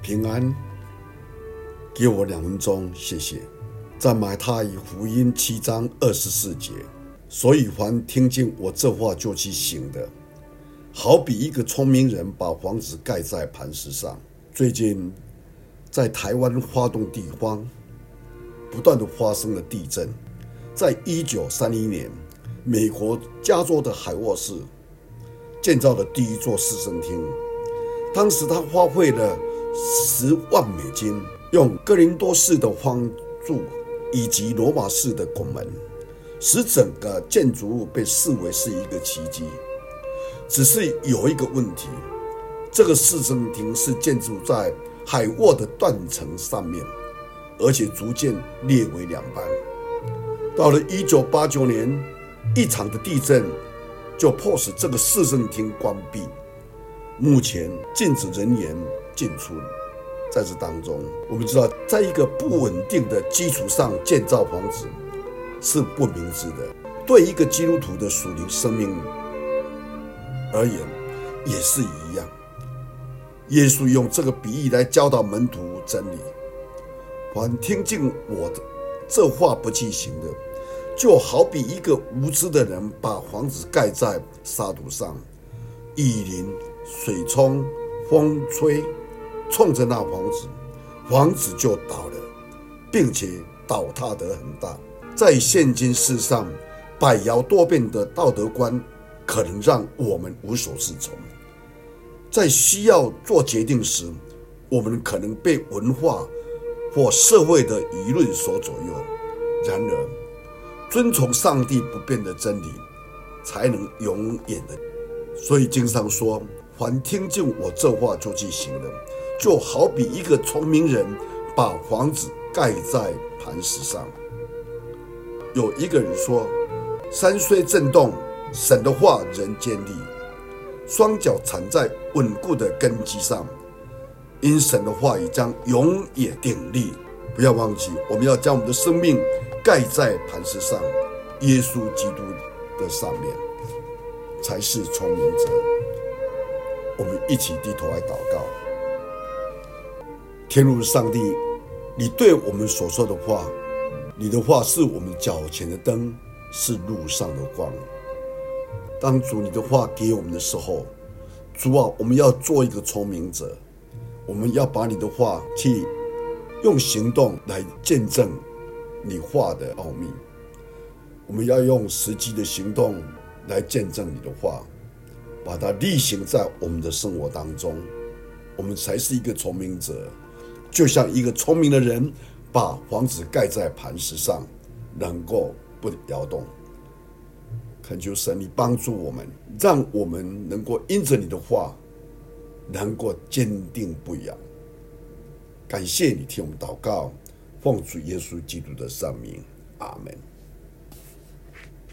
平安，给我2分钟，谢谢。在马太福音7章24节，所以凡听见我这话就去行的，好比一个聪明人把房子盖在磐石上。最近在台湾花东地方不断的发生了地震。在1931年，美国加州的海沃市建造了第一座市政厅，当时他花费了10万美金，用哥林多式的方柱以及罗马式的拱门，使整个建筑物被视为是一个奇迹。只是有一个问题，这个市政厅是建筑在海沃的断层上面，而且逐渐裂为2半。到了1989年，一场的地震就迫使这个市政厅关闭，目前禁止人员进出。在这当中，我们知道，在一个不稳定的基础上建造房子是不明智的，对一个基督徒的属灵生命而言也是一样。耶稣用这个比喻来教导门徒真理：凡听进我的这话不去行的，就好比一个无知的人把房子盖在沙土上，雨淋、水冲、风吹，冲着那房子就倒了，并且倒塌得很大。在现今世上，百摇多变的道德观可能让我们无所适从。在需要做决定时，我们可能被文化或社会的舆论所左右。然而，遵从上帝不变的真理，才能永远的。所以经上说，凡听进我这话就去行的，就好比一个聪明人把房子盖在磐石上。有一个人说，山虽震动，神的话仍坚立，双脚踩在稳固的根基上，因神的话语将永远定立。不要忘记，我们要将我们的生命盖在磐石上，耶稣基督的上面，才是聪明者。我们一起低头来祷告。天父上帝，你对我们所说的话，你的话是我们脚前的灯，是路上的光。当主你的话给我们的时候，主啊，我们要做一个聪明者，我们要把你的话去用行动来见证你话的奥秘，我们要用实际的行动来见证你的话，把它例行在我们的生活当中，我们才是一个聪明者。就像一个聪明的人把房子盖在磐石上，能够不摇动。恳求神你帮助我们，让我们能够因着你的话能够坚定不摇。感谢你听我们祷告，奉主耶稣基督的圣名，阿们。